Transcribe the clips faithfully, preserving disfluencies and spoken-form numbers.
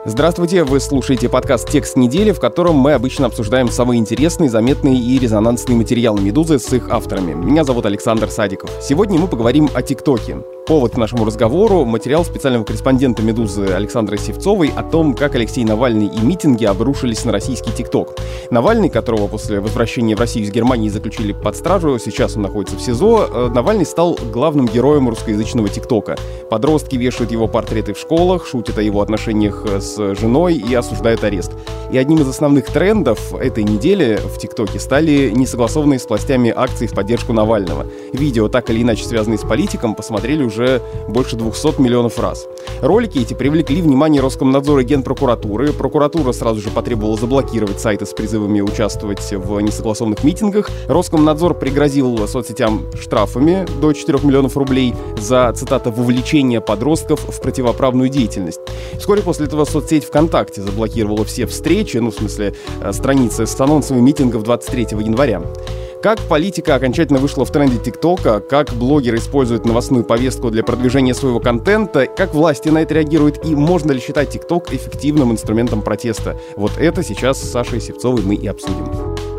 Здравствуйте, вы слушаете подкаст «Текст недели», в котором мы обычно обсуждаем самые интересные, заметные и резонансные материалы «Медузы» с их авторами. Меня зовут Александр Садиков. Сегодня мы поговорим о ТикТоке. Повод к нашему разговору — материал специального корреспондента «Медузы» Александры Сивцовой о том, как Алексей Навальный и митинги обрушились на российский ТикТок. Навальный, которого после возвращения в Россию из Германии заключили под стражу, сейчас он находится в СИЗО, Навальный стал главным героем русскоязычного ТикТока. Подростки вешают его портреты в школах, шутят о его отношениях с женой и осуждают арест. И одним из основных трендов этой недели в ТикТоке стали несогласованные с властями акции в поддержку Навального. Видео, так или иначе связанные с политиком, посмотрели уже уже больше двухсот миллионов раз. Ролики эти привлекли внимание Роскомнадзора и Генпрокуратуры. Прокуратура сразу же потребовала заблокировать сайты с призывами участвовать в несогласованных митингах. Роскомнадзор пригрозил соцсетям штрафами до четырёх миллионов рублей за, цитата, «вовлечение подростков в противоправную деятельность». Вскоре после этого соцсеть ВКонтакте заблокировала все встречи, ну, в смысле, страницы с анонсами митингов двадцать третьего января. Как политика окончательно вышла в тренде ТикТока, как блогеры используют новостную повестку для продвижения своего контента, как власти на это реагируют и можно ли считать ТикТок эффективным инструментом протеста. Вот это сейчас с Сашей Сивцовой мы и обсудим.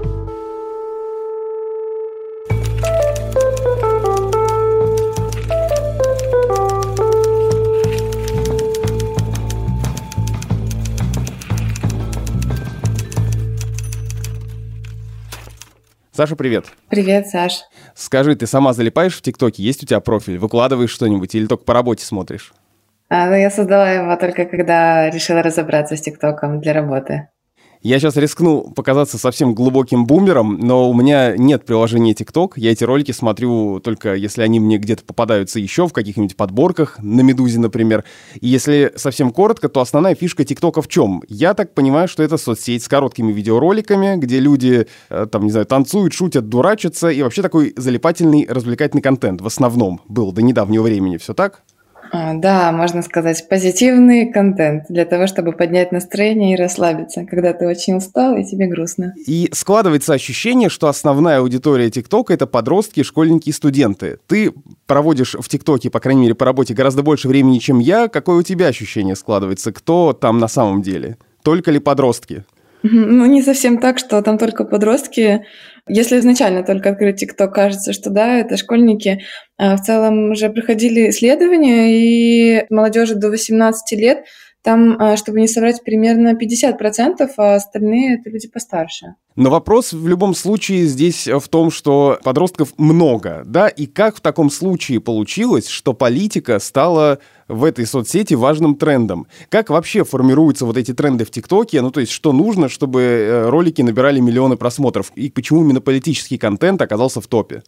Саша, привет. Привет, Саш. Скажи, ты сама залипаешь в ТикТоке? Есть у тебя профиль? Выкладываешь что-нибудь или только по работе смотришь? А, ну, я создала его только когда решила разобраться с ТикТоком для работы. Я сейчас рискну показаться совсем глубоким бумером, но у меня нет приложения TikTok. Я эти ролики смотрю только если они мне где-то попадаются еще в каких-нибудь подборках, на «Медузе», например. И если совсем коротко, то основная фишка ТикТока в чем? Я так понимаю, что это соцсеть с короткими видеороликами, где люди, там, не знаю, танцуют, шутят, дурачатся, и вообще такой залипательный, развлекательный контент в основном был до недавнего времени. Все так? А, да, можно сказать, позитивный контент для того, чтобы поднять настроение и расслабиться, когда ты очень устал и тебе грустно. И складывается ощущение, что основная аудитория ТикТока — это подростки, школьники и студенты. Ты проводишь в ТикТоке, по крайней мере, по работе гораздо больше времени, чем я. Какое у тебя ощущение складывается? Кто там на самом деле? Только ли подростки? Ну, не совсем так, что там только подростки. Если изначально только открыть ТикТок, кажется, что да, это школьники. А в целом уже проходили исследования, и молодежи до восемнадцати лет, там, чтобы не соврать, примерно пятьдесят процентов, а остальные — это люди постарше. Но вопрос в любом случае здесь в том, что подростков много, да? И как в таком случае получилось, что политика стала в этой соцсети важным трендом? Как вообще формируются вот эти тренды в ТикТоке? Ну, то есть, что нужно, чтобы ролики набирали миллионы просмотров? И почему именно политический контент оказался в топе?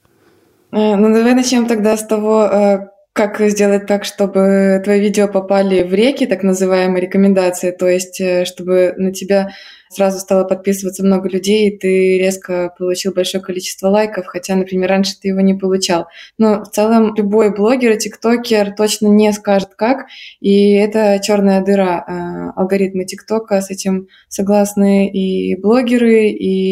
Ну, давай начнем тогда с того, как сделать так, чтобы твои видео попали в реки, так называемые рекомендации, то есть чтобы на тебя сразу стало подписываться много людей, и ты резко получил большое количество лайков, хотя, например, раньше ты его не получал. Но в целом любой блогер, тиктокер точно не скажет как, и это черная дыра. Алгоритмы ТикТока, с этим согласны и блогеры,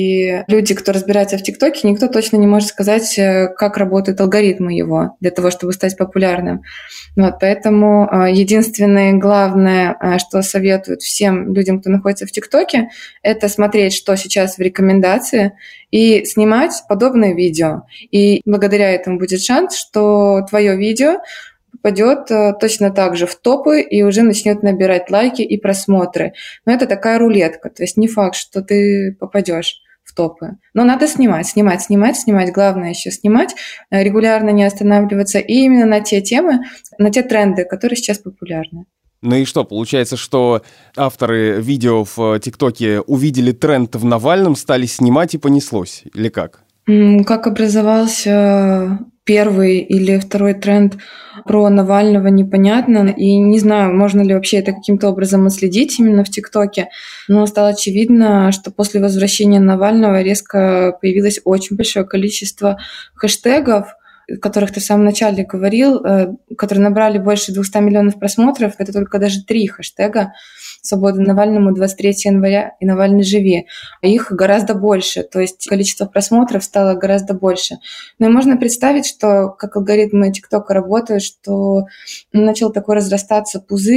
и люди, кто разбирается в ТикТоке, никто точно не может сказать, как работают алгоритмы его для того, чтобы стать популярным. Вот, поэтому единственное главное, что советуют всем людям, кто находится в ТикТоке, это смотреть, что сейчас в рекомендации, и снимать подобное видео. И благодаря этому будет шанс, что твое видео попадет точно так же в топы и уже начнет набирать лайки и просмотры. Но это такая рулетка, то есть не факт, что ты попадешь в топы. Но надо снимать, снимать, снимать, снимать. Главное еще снимать, регулярно не останавливаться и именно на те темы, на те тренды, которые сейчас популярны. Ну и что, получается, что авторы видео в ТикТоке увидели тренд в Навальном, стали снимать и понеслось? Или как? Как образовался первый или второй тренд про Навального, непонятно. И не знаю, можно ли вообще это каким-то образом отследить именно в ТикТоке. Но стало очевидно, что после возвращения Навального резко появилось очень большое количество хэштегов, о которых ты в самом начале говорил, которые набрали больше двухсот миллионов просмотров. Это только даже три хэштега: «Свобода Навальному», двадцать третьего января и «Навальный живи». Их гораздо больше, то есть количество просмотров стало гораздо больше. Но и можно представить, что как алгоритмы ТикТока работают, что начал такой разрастаться пузырь,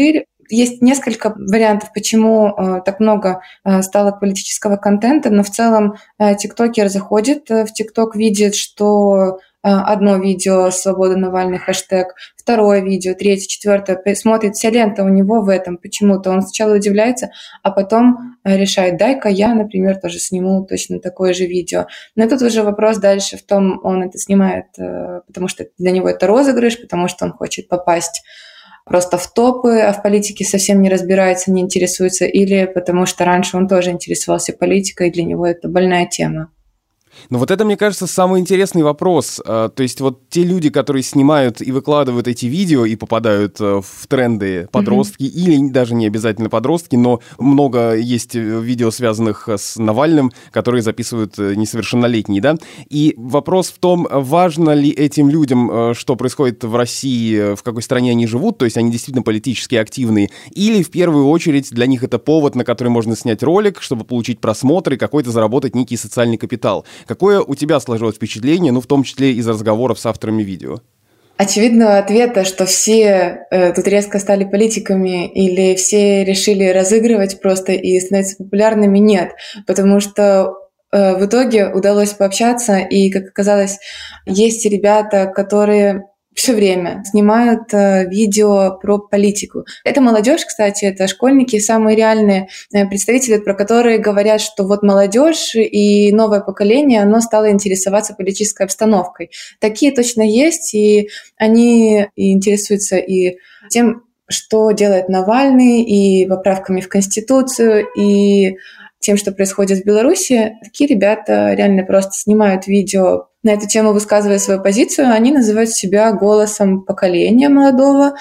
Есть несколько вариантов, почему э, так много э, стало политического контента, но в целом э, тиктокер заходит э, в тикток, видит, что э, одно видео «Свобода Навальный» хэштег, второе видео, третье, четвертое, смотрит, вся лента у него в этом почему-то. Он сначала удивляется, а потом э, решает, дай-ка я, например, тоже сниму точно такое же видео. Но тут уже вопрос дальше в том, он это снимает, э, потому что для него это розыгрыш, потому что он хочет попасть просто в топы, а в политике совсем не разбирается, не интересуется, или потому что раньше он тоже интересовался политикой, и для него это больная тема. Ну вот это, мне кажется, самый интересный вопрос. То есть вот те люди, которые снимают и выкладывают эти видео и попадают в тренды подростки, mm-hmm. или даже не обязательно подростки, но много есть видео, связанных с Навальным, которые записывают несовершеннолетние, да? И вопрос в том, важно ли этим людям, что происходит в России, в какой стране они живут, то есть они действительно политически активные, или в первую очередь для них это повод, на который можно снять ролик, чтобы получить просмотры и какой-то заработать некий социальный капитал. Какое у тебя сложилось впечатление, ну, в том числе из разговоров с авторами видео? Очевидного ответа, что все э, тут резко стали политиками или все решили разыгрывать просто и становиться популярными, нет. Потому что э, в итоге удалось пообщаться, и, как оказалось, есть ребята, которые все время снимают э, видео про политику. Это молодежь, кстати, это школьники, самые реальные э, представители, про которые говорят, что вот молодежь и новое поколение, оно стало интересоваться политической обстановкой. Такие точно есть, и они и интересуются и тем, что делает Навальный, и поправками в Конституцию, и тем, что происходит в Беларуси. Такие ребята реально просто снимают видео на эту тему, высказывая свою позицию. Они называют себя голосом поколения молодого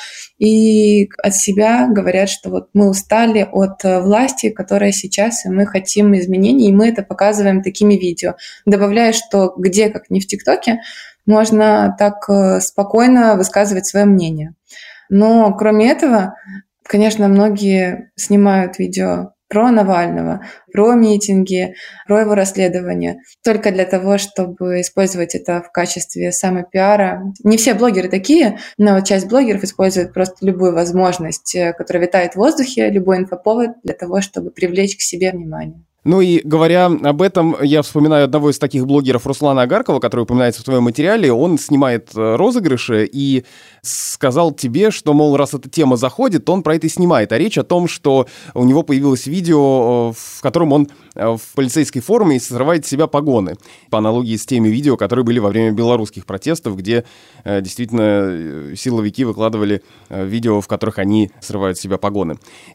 и от себя говорят, что вот мы устали от власти, которая сейчас, и мы хотим изменений, и мы это показываем такими видео. Добавляя, что где, как не в ТикТоке, можно так спокойно высказывать свое мнение. Но кроме этого, конечно, многие снимают видео про Навального, про митинги, про его расследование, только для того, чтобы использовать это в качестве самопиара. Не все блогеры такие, но вот часть блогеров использует просто любую возможность, которая витает в воздухе, любой инфоповод для того, чтобы привлечь к себе внимание. Ну и говоря об этом, я вспоминаю одного из таких блогеров, Руслана Агаркова, который упоминается в твоем материале. Он снимает розыгрыши и сказал тебе, что, мол, раз эта тема заходит, то он про это и снимает. А речь о том, что у него появилось видео, в котором он в полицейской форме срывает с себя погоны. По аналогии с теми видео, которые были во время белорусских протестов, где действительно силовики выкладывали видео, в которых они срывают с себя погоны.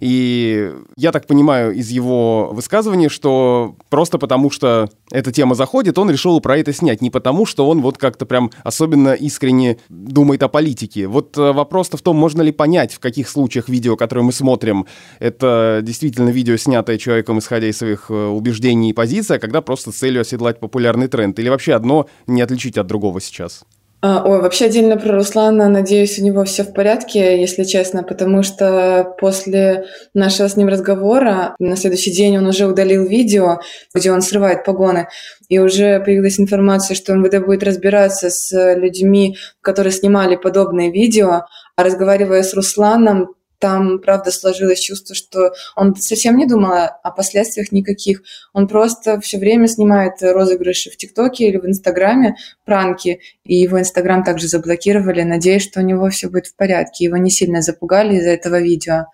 И я так понимаю из его высказывания, что просто потому, что эта тема заходит, он решил про это снять. Не потому, что он вот как-то прям особенно искренне думает о политике. Вот вопрос-то в том, можно ли понять, в каких случаях видео, которые мы смотрим, это действительно видео, снятое человеком, исходя из своих убеждений и позиций, а когда просто с целью оседлать популярный тренд. Или вообще одно не отличить от другого сейчас? Ой, вообще отдельно про Руслана, надеюсь, у него все в порядке, если честно, потому что после нашего с ним разговора на следующий день он уже удалил видео, где он срывает погоны, и уже появилась информация, что эм вэ дэ будет разбираться с людьми, которые снимали подобные видео, а разговаривая с Русланом, там, правда, сложилось чувство, что он совсем не думал о последствиях никаких. Он просто все время снимает розыгрыши в ТикТоке или в Инстаграме, пранки, и его Инстаграм также заблокировали, надеясь, что у него все будет в порядке. Его не сильно запугали из-за этого видео.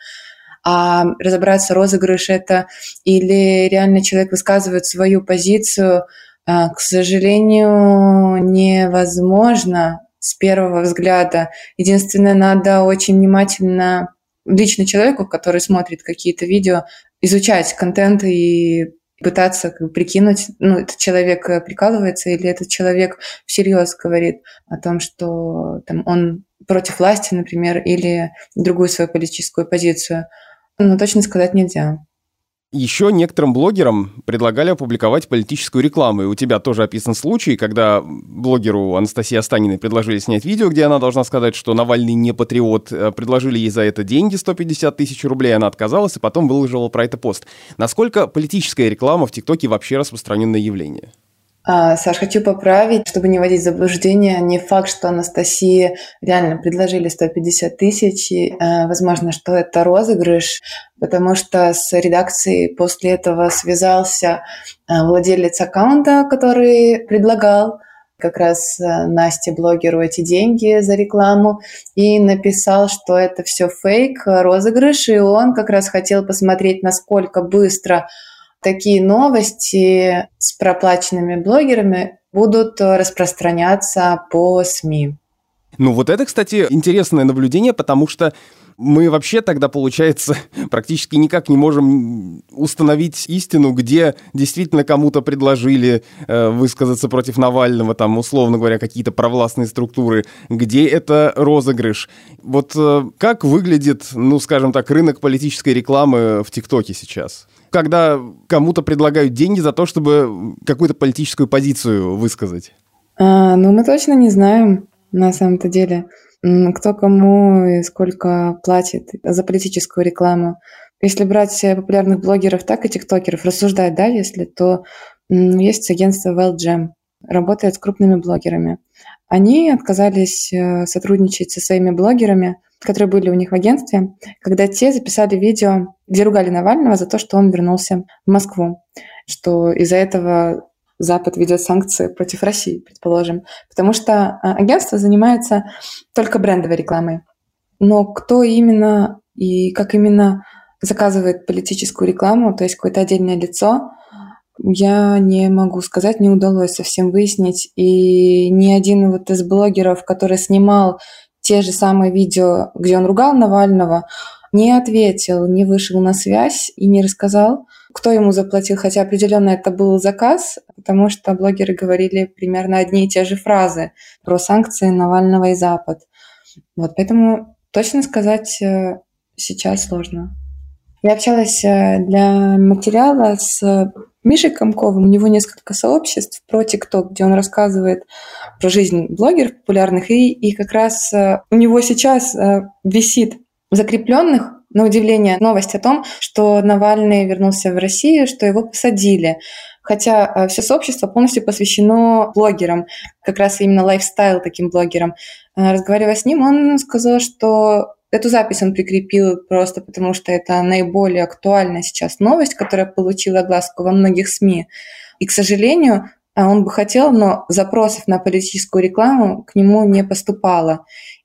А разобраться, розыгрыш это или реально человек высказывает свою позицию, к сожалению, невозможно с первого взгляда. Единственное, надо очень внимательно лично человеку, который смотрит какие-то видео, изучать контент и пытаться как бы прикинуть, ну, этот человек прикалывается или этот человек всерьез говорит о том, что там, он против власти, например, или другую свою политическую позицию. Но точно сказать нельзя. Еще некоторым блогерам предлагали опубликовать политическую рекламу. И у тебя тоже описан случай, когда блогеру Анастасии Останиной предложили снять видео, где она должна сказать, что Навальный не патриот. Предложили ей за это деньги, сто пятьдесят тысяч рублей. Она отказалась и потом выложила про это пост. Насколько политическая реклама в ТикТоке вообще распространенное явление? А, Саш, хочу поправить, чтобы не вводить в заблуждение. Не факт, что Анастасии реально предложили сто пятьдесят тысяч. И, э, возможно, что это розыгрыш, потому что с редакцией после этого связался э, владелец аккаунта, который предлагал как раз э, Насте, блогеру, эти деньги за рекламу, и написал, что это все фейк, розыгрыш, и он как раз хотел посмотреть, насколько быстро такие новости с проплаченными блогерами будут распространяться по СМИ. Ну вот это, кстати, интересное наблюдение, потому что мы вообще тогда, получается, практически никак не можем установить истину, где действительно кому-то предложили э, высказаться против Навального, там, условно говоря, какие-то провластные структуры, где это розыгрыш. Вот э, как выглядит, ну, скажем так, рынок политической рекламы в ТикТоке сейчас? Когда кому-то предлагают деньги за то, чтобы какую-то политическую позицию высказать? А, ну, мы точно не знаем, на самом-то деле, кто кому и сколько платит за политическую рекламу. Если брать популярных блогеров, так и тиктокеров, рассуждать, да, если, то есть агентство WellJam, работает с крупными блогерами. Они отказались сотрудничать со своими блогерами, которые были у них в агентстве, когда те записали видео, где ругали Навального за то, что он вернулся в Москву, что из-за этого Запад ведет санкции против России, предположим, потому что агентство занимается только брендовой рекламой. Но кто именно и как именно заказывает политическую рекламу, то есть какое-то отдельное лицо, я не могу сказать, не удалось совсем выяснить. И ни один вот из блогеров, который снимал те же самые видео, где он ругал Навального, не ответил, не вышел на связь и не рассказал, кто ему заплатил, хотя определенно это был заказ, потому что блогеры говорили примерно одни и те же фразы про санкции Навального и Запад. Вот, поэтому точно сказать сейчас сложно. Я общалась для материала с Мишей Комковым, у него несколько сообществ про ТикТок, где он рассказывает про жизнь блогеров популярных, и, и как раз у него сейчас висит закрепленных, на удивление, новость о том, что Навальный вернулся в Россию, что его посадили. Хотя все сообщество полностью посвящено блогерам, как раз именно лайфстайл таким блогерам. Разговаривая с ним, он сказал, что эту запись он прикрепил просто потому, что это наиболее актуальная сейчас новость, которая получила огласку во многих СМИ. И, к сожалению, он бы хотел, но запросов на политическую рекламу к нему не поступало.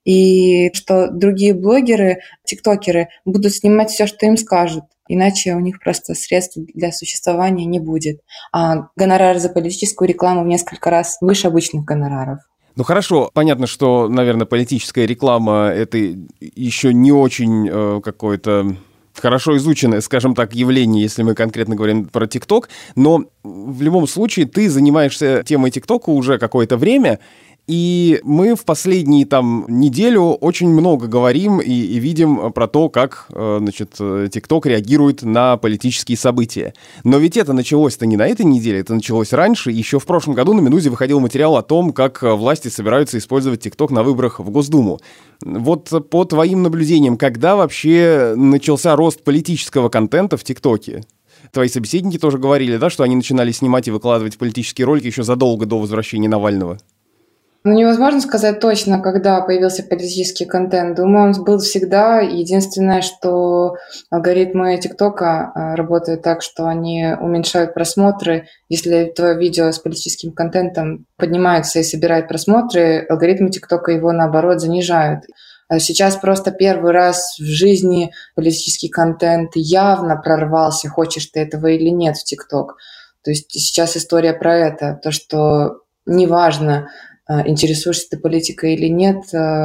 И что другие блогеры, тиктокеры будут снимать все, что им скажут. Иначе у них просто средств для существования не будет. А гонорар за политическую рекламу в несколько раз выше обычных гонораров. Ну хорошо, понятно, что, наверное, политическая реклама — это еще не очень э, какое-то хорошо изученное, скажем так, явление, если мы конкретно говорим про ТикТок, но в любом случае ты занимаешься темой ТикТока уже какое-то время, и мы в последние там неделю очень много говорим и, и видим про то, как, значит, ТикТок реагирует на политические события. Но ведь это началось-то не на этой неделе, это началось раньше. Еще в прошлом году на «Медузе» выходил материал о том, как власти собираются использовать ТикТок на выборах в Госдуму. Вот по твоим наблюдениям, когда вообще начался рост политического контента в ТикТоке? Твои собеседники тоже говорили, да, что они начинали снимать и выкладывать политические ролики еще задолго до возвращения Навального? Ну, невозможно сказать точно, когда появился политический контент. Думаю, он был всегда. Единственное, что алгоритмы ТикТока работают так, что они уменьшают просмотры. Если твое видео с политическим контентом поднимается и собирает просмотры, алгоритмы ТикТока его, наоборот, занижают. Сейчас просто первый раз в жизни политический контент явно прорвался, хочешь ты этого или нет, в ТикТок. То есть сейчас история про это, то, что неважно, интересуешься ты политикой или нет,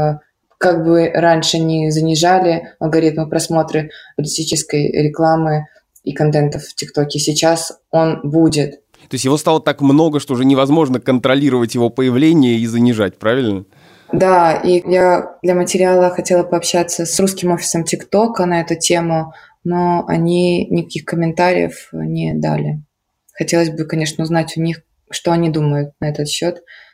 как бы раньше не занижали алгоритмы просмотра политической рекламы и контента в ТикТоке, сейчас он будет. То есть его стало так много, что уже невозможно контролировать его появление и занижать, правильно? Да, и я для материала хотела пообщаться с русским офисом ТикТока на эту тему, но они никаких комментариев не дали. Хотелось бы, конечно, узнать у них, что они думают на этот счет.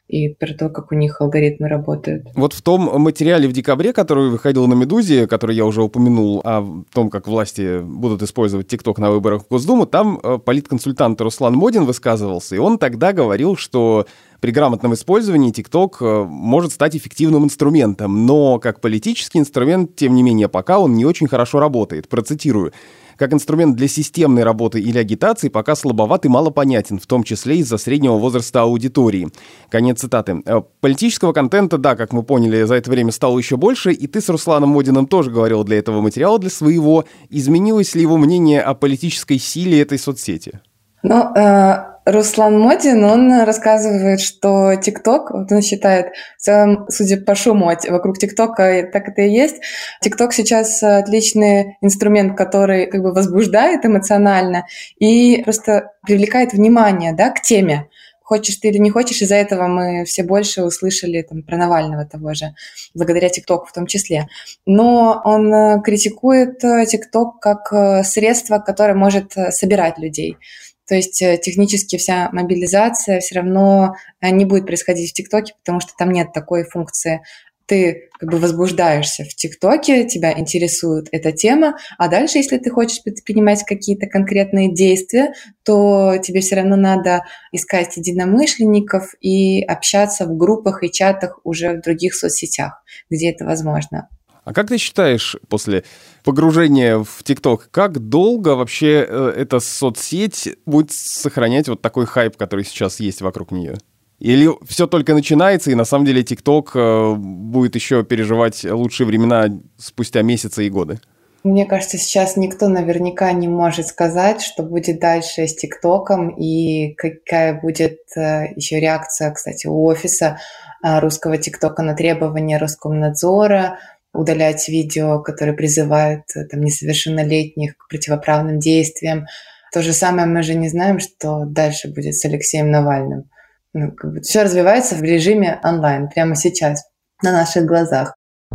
и про то, как у них алгоритмы работают. Вот в том материале в декабре, который выходил на «Медузе», который я уже упомянул, о том, как власти будут использовать ТикТок на выборах в Госдуму, там политконсультант Руслан Модин высказывался, и он тогда говорил, что при грамотном использовании ТикТок может стать эффективным инструментом, но как политический инструмент, тем не менее, пока он не очень хорошо работает. Процитирую. Как инструмент для системной работы или агитации пока слабоват и мало понятен, в том числе из-за среднего возраста аудитории. Конец цитаты. Политического контента, да, как мы поняли, за это время стало еще больше, и ты с Русланом Модиным тоже говорил для этого материала, для своего. Изменилось ли его мнение о политической силе этой соцсети? Ну, э, Руслан Модин, он рассказывает, что ТикТок, вот он считает, в целом, судя по шуму вокруг ТикТока, так это и есть, ТикТок сейчас отличный инструмент, который как бы возбуждает эмоционально и просто привлекает внимание, да, к теме. Хочешь ты или не хочешь, из-за этого мы все больше услышали там, про Навального того же, благодаря ТикТоку в том числе. Но он критикует ТикТок как средство, которое может собирать людей. То есть технически вся мобилизация все равно не будет происходить в ТикТоке, потому что там нет такой функции. Ты как бы возбуждаешься в ТикТоке, тебя интересует эта тема, а дальше, если ты хочешь предпринимать какие-то конкретные действия, то тебе все равно надо искать единомышленников и общаться в группах и чатах уже в других соцсетях, где это возможно. А как ты считаешь, после погружения в ТикТок, как долго вообще э, эта соцсеть будет сохранять вот такой хайп, который сейчас есть вокруг нее? Или все только начинается, и на самом деле ТикТок э, будет еще переживать лучшие времена спустя месяцы и годы? Мне кажется, сейчас никто наверняка не может сказать, что будет дальше с ТикТоком, и какая будет э, еще реакция, кстати, у офиса э, русского ТикТока на требования Роскомнадзора, удалять видео, которые призывают там, несовершеннолетних к противоправным действиям. То же самое мы же не знаем, что дальше будет с Алексеем Навальным. Ну, как бы все развивается в режиме онлайн прямо сейчас, на наших глазах.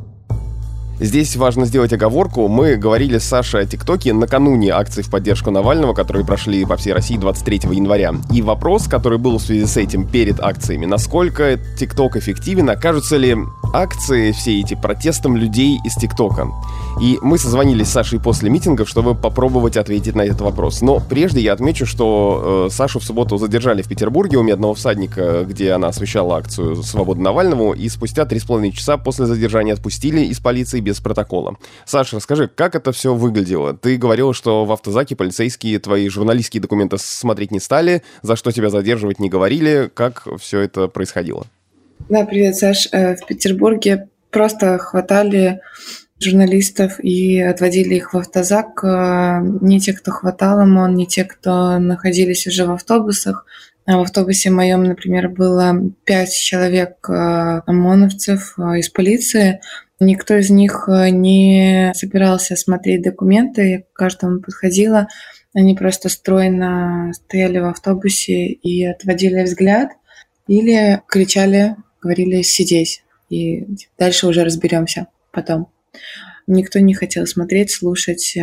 Здесь важно сделать оговорку. Мы говорили с Сашей о ТикТоке накануне акций в поддержку Навального, которые прошли по всей России двадцать третьего января. И вопрос, который был в связи с этим перед акциями, насколько ТикТок эффективен, окажутся ли акции все эти протестом людей из ТикТока. И мы созвонились с Сашей после митингов, чтобы попробовать ответить на этот вопрос. Но прежде я отмечу, что э, Сашу в субботу задержали в Петербурге у Медного всадника, где она освещала акцию «Свобода Навальному», и спустя три с половиной часа после задержания отпустили из полиции без протокола. Саша, расскажи, как это все выглядело? Ты говорила, что в автозаке полицейские твои журналистские документы смотреть не стали, за что тебя задерживать не говорили. Как все это происходило? Да, привет, Саш. В Петербурге просто хватали журналистов и отводили их в автозак. Не те, кто хватал ОМОН, не те, кто находились уже в автобусах. В автобусе моем, например, было пять человек ОМОНовцев из полиции. Никто из них не собирался смотреть документы. Я к каждому подходила. Они просто стройно стояли в автобусе и отводили взгляд. Или кричали, говорили «сидеть». И дальше уже разберемся потом. Никто не хотел смотреть, слушать.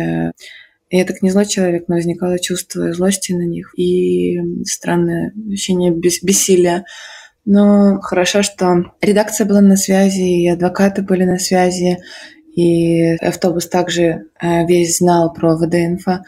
Я так не злой человек, но возникало чувство злости на них и странное ощущение бес- бессилия. Но хорошо, что редакция была на связи, и адвокаты были на связи, и автобус также весь знал про ВД-инфо,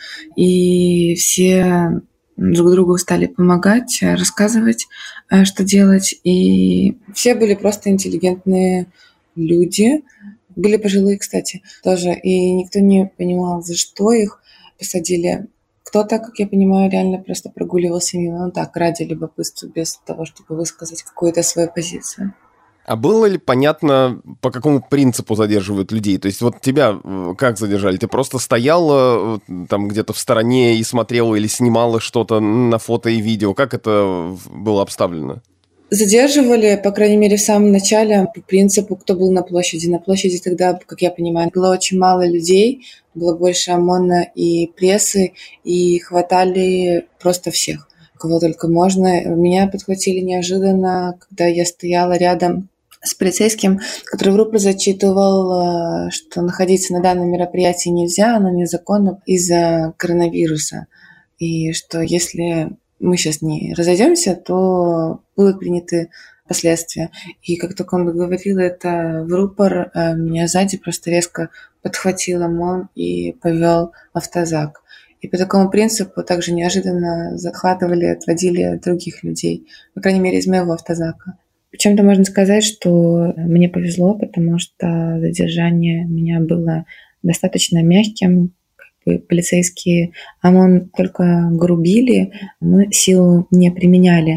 и все друг другу стали помогать, рассказывать, что делать, и все были просто интеллигентные люди. Были пожилые, кстати, тоже, и никто не понимал, за что их посадили. Кто-то, как я понимаю, реально просто прогуливался мимо, ну так, ради любопытства, без того, чтобы высказать какую-то свою позицию. А было ли понятно, по какому принципу задерживают людей? То есть вот тебя как задержали? Ты просто стояла там где-то в стороне и смотрела или снимала что-то на фото и видео? Как это было обставлено? Задерживали, по крайней мере, в самом начале по принципу, кто был на площади. На площади тогда, как я понимаю, было очень мало людей, было больше ОМОНа и прессы, и хватали просто всех, кого только можно. Меня подхватили неожиданно, когда я стояла рядом с полицейским, который в рупор зачитывал, что находиться на данном мероприятии нельзя, оно незаконно из-за коронавируса. И что если мы сейчас не разойдемся, то будут приняты последствия. И как только он говорил это в рупор, меня сзади просто резко подхватил ОМОН и повел в автозак. И по такому принципу также неожиданно захватывали, отводили других людей, по крайней мере, из моего автозака. Чем-то можно сказать, что мне повезло, потому что задержание меня было достаточно мягким. Как бы полицейские ОМОН только грубили, мы силу не применяли.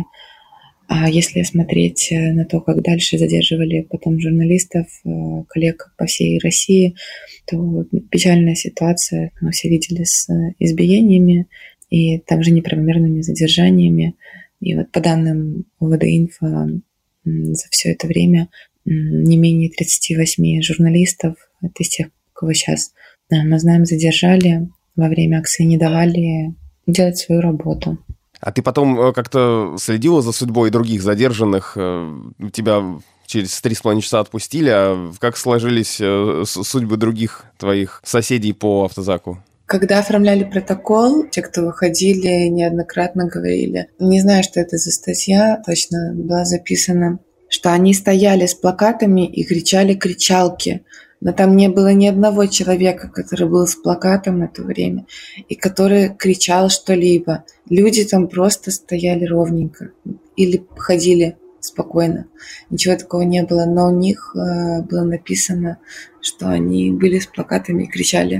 А если смотреть на то, как дальше задерживали потом журналистов, коллег по всей России, то печальная ситуация, мы все видели, с избиениями и также неправомерными задержаниями. И вот по данным ОВД-инфо за все это время не менее тридцать восемь журналистов, это из тех, кого сейчас мы знаем, задержали, во время акции не давали делать свою работу. А ты потом как-то следила за судьбой других задержанных? Тебя через три с половиной часа отпустили, а как сложились судьбы других твоих соседей по автозаку? Когда оформляли протокол, те, кто выходили, неоднократно говорили, не знаю, что это за статья, точно была записана, что они стояли с плакатами и кричали кричалки. Но там не было ни одного человека, который был с плакатом на то время и который кричал что-либо. Люди там просто стояли ровненько или ходили спокойно. Ничего такого не было, но у них э, было написано, что они были с плакатами и кричали.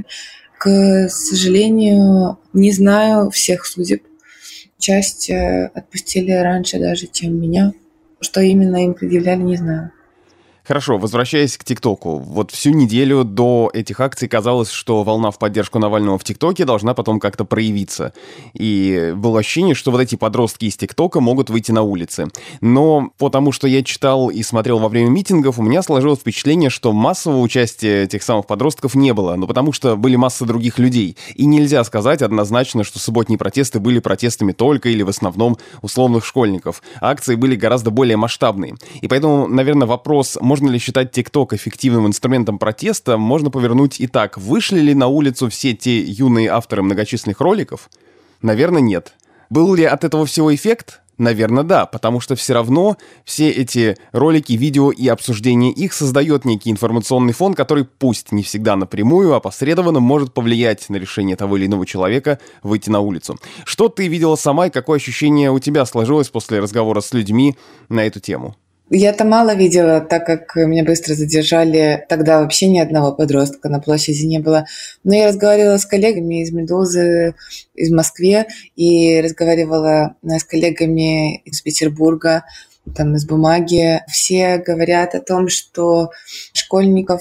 К сожалению, не знаю всех судеб. Часть э, отпустили раньше даже, чем меня. Что именно им предъявляли, не знаю. Хорошо, возвращаясь к ТикТоку. Вот всю неделю до этих акций казалось, что волна в поддержку Навального в ТикТоке должна потом как-то проявиться. И было ощущение, что вот эти подростки из ТикТока могут выйти на улицы. Но потому что я читал и смотрел во время митингов, у меня сложилось впечатление, что массового участия тех самых подростков не было. Ну, потому что были масса других людей. И нельзя сказать однозначно, что субботние протесты были протестами только или в основном условных школьников. Акции были гораздо более масштабные. И поэтому, наверное, вопрос, можно ли считать ТикТок эффективным инструментом протеста, можно повернуть и так. Вышли ли на улицу все те юные авторы многочисленных роликов? Наверное, нет. Был ли от этого всего эффект? Наверное, да, потому что все равно все эти ролики, видео и обсуждение их создает некий информационный фон, который пусть не всегда напрямую, а опосредованно может повлиять на решение того или иного человека выйти на улицу. Что ты видела сама и какое ощущение у тебя сложилось после разговора с людьми на эту тему? Я-то мало видела, так как меня быстро задержали. Тогда вообще ни одного подростка на площади не было. Но я разговаривала с коллегами из «Медузы», из Москвы, и разговаривала с коллегами из Петербурга, там, из «Бумаги». Все говорят о том, что школьников,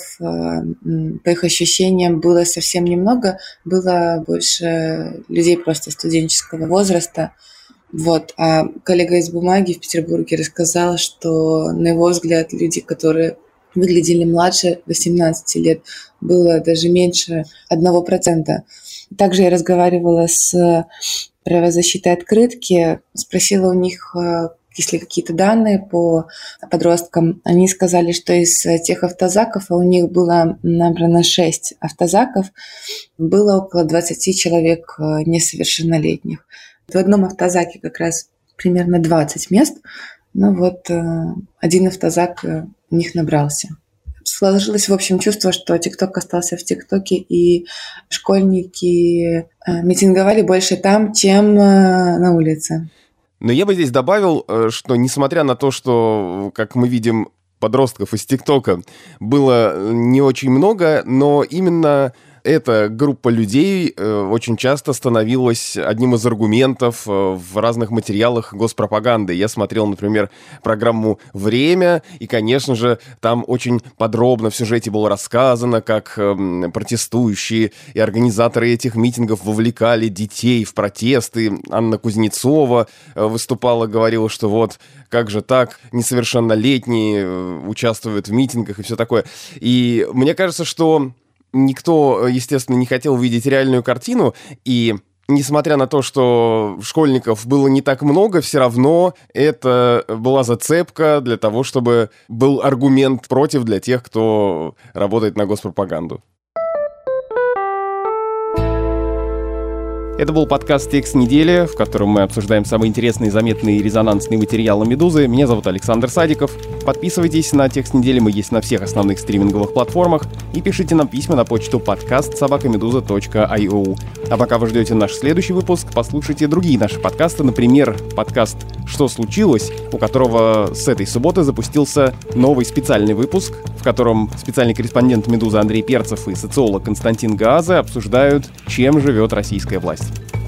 по их ощущениям, было совсем немного. Было больше людей просто студенческого возраста. Вот. А коллега из «Бумаги» в Петербурге рассказал, что, на его взгляд, люди, которые выглядели младше восемнадцати лет, было даже меньше одного процента. Также я разговаривала с правозащитой «Открытки», спросила у них, есть ли какие-то данные по подросткам. Они сказали, что из тех автозаков, а у них было набрано шесть автозаков, было около двадцати человек несовершеннолетних. В одном автозаке как раз примерно двадцать мест, но вот э, один автозак э, у них набрался. Сложилось, в общем, чувство, что ТикТок остался в ТикТоке, и школьники э, митинговали больше там, чем э, на улице. Но я бы здесь добавил, что несмотря на то, что, как мы видим, подростков из ТикТока было не очень много, но именно эта группа людей э, очень часто становилась одним из аргументов э, в разных материалах госпропаганды. Я смотрел, например, программу «Время», и, конечно же, там очень подробно в сюжете было рассказано, как э, протестующие и организаторы этих митингов вовлекали детей в протесты. Анна Кузнецова э, выступала, говорила, что вот как же так, несовершеннолетние э, участвуют в митингах и все такое. И мне кажется, что никто, естественно, не хотел видеть реальную картину, и несмотря на то, что школьников было не так много, все равно это была зацепка для того, чтобы был аргумент против для тех, кто работает на госпропаганду. Это был подкаст «Текст недели», в котором мы обсуждаем самые интересные, заметные и резонансные материалы «Медузы». Меня зовут Александр Садиков. Подписывайтесь на «Текст недели», мы есть на всех основных стриминговых платформах. И пишите нам письма на почту подкаст собака медуза точка ай о. А пока вы ждете наш следующий выпуск, послушайте другие наши подкасты. Например, подкаст «Что случилось?», у которого с этой субботы запустился новый специальный выпуск, в котором специальный корреспондент «Медузы» Андрей Перцев и социолог Константин Гааза обсуждают, чем живет российская власть.